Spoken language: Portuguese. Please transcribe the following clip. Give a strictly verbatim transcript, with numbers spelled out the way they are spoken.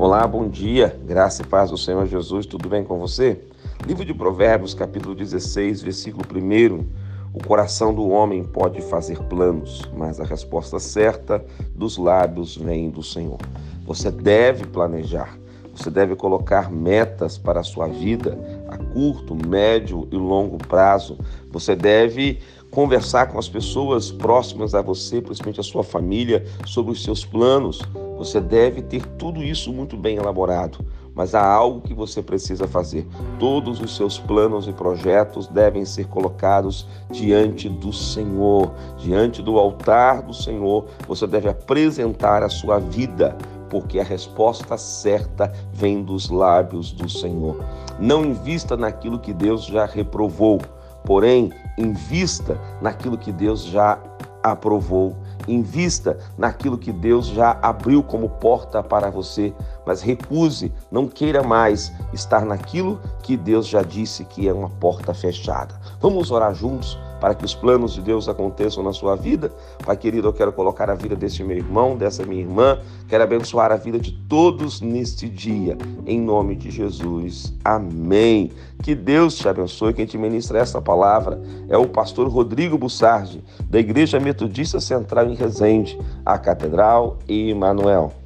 Olá, bom dia, graça e paz do Senhor Jesus, tudo bem com você? Livro de Provérbios, capítulo dezesseis, versículo um. O coração do homem pode fazer planos, mas a resposta certa dos lábios vem do Senhor. Você deve planejar, você deve colocar metas para a sua vida a curto, médio e longo prazo. Você deve conversar com as pessoas próximas a você, principalmente a sua família, sobre os seus planos. Você deve ter tudo isso muito bem elaborado, mas há algo que você precisa fazer. Todos os seus planos e projetos devem ser colocados diante do Senhor, diante do altar do Senhor. Você deve apresentar a sua vida, porque a resposta certa vem dos lábios do Senhor. Não invista naquilo que Deus já reprovou, porém, invista naquilo que Deus já aprovou. Invista naquilo que Deus já abriu como porta para você, mas recuse, não queira mais estar naquilo que Deus já disse que é uma porta fechada. Vamos orar juntos para que os planos de Deus aconteçam na sua vida? Pai querido, eu quero colocar a vida desse meu irmão, dessa minha irmã, quero abençoar a vida de todos neste dia, em nome de Jesus. Amém. Que Deus te abençoe. Quem te ministra essa palavra é o pastor Rodrigo Bussardi, da Igreja Metodista Central em Resende, a Catedral e Emanuel.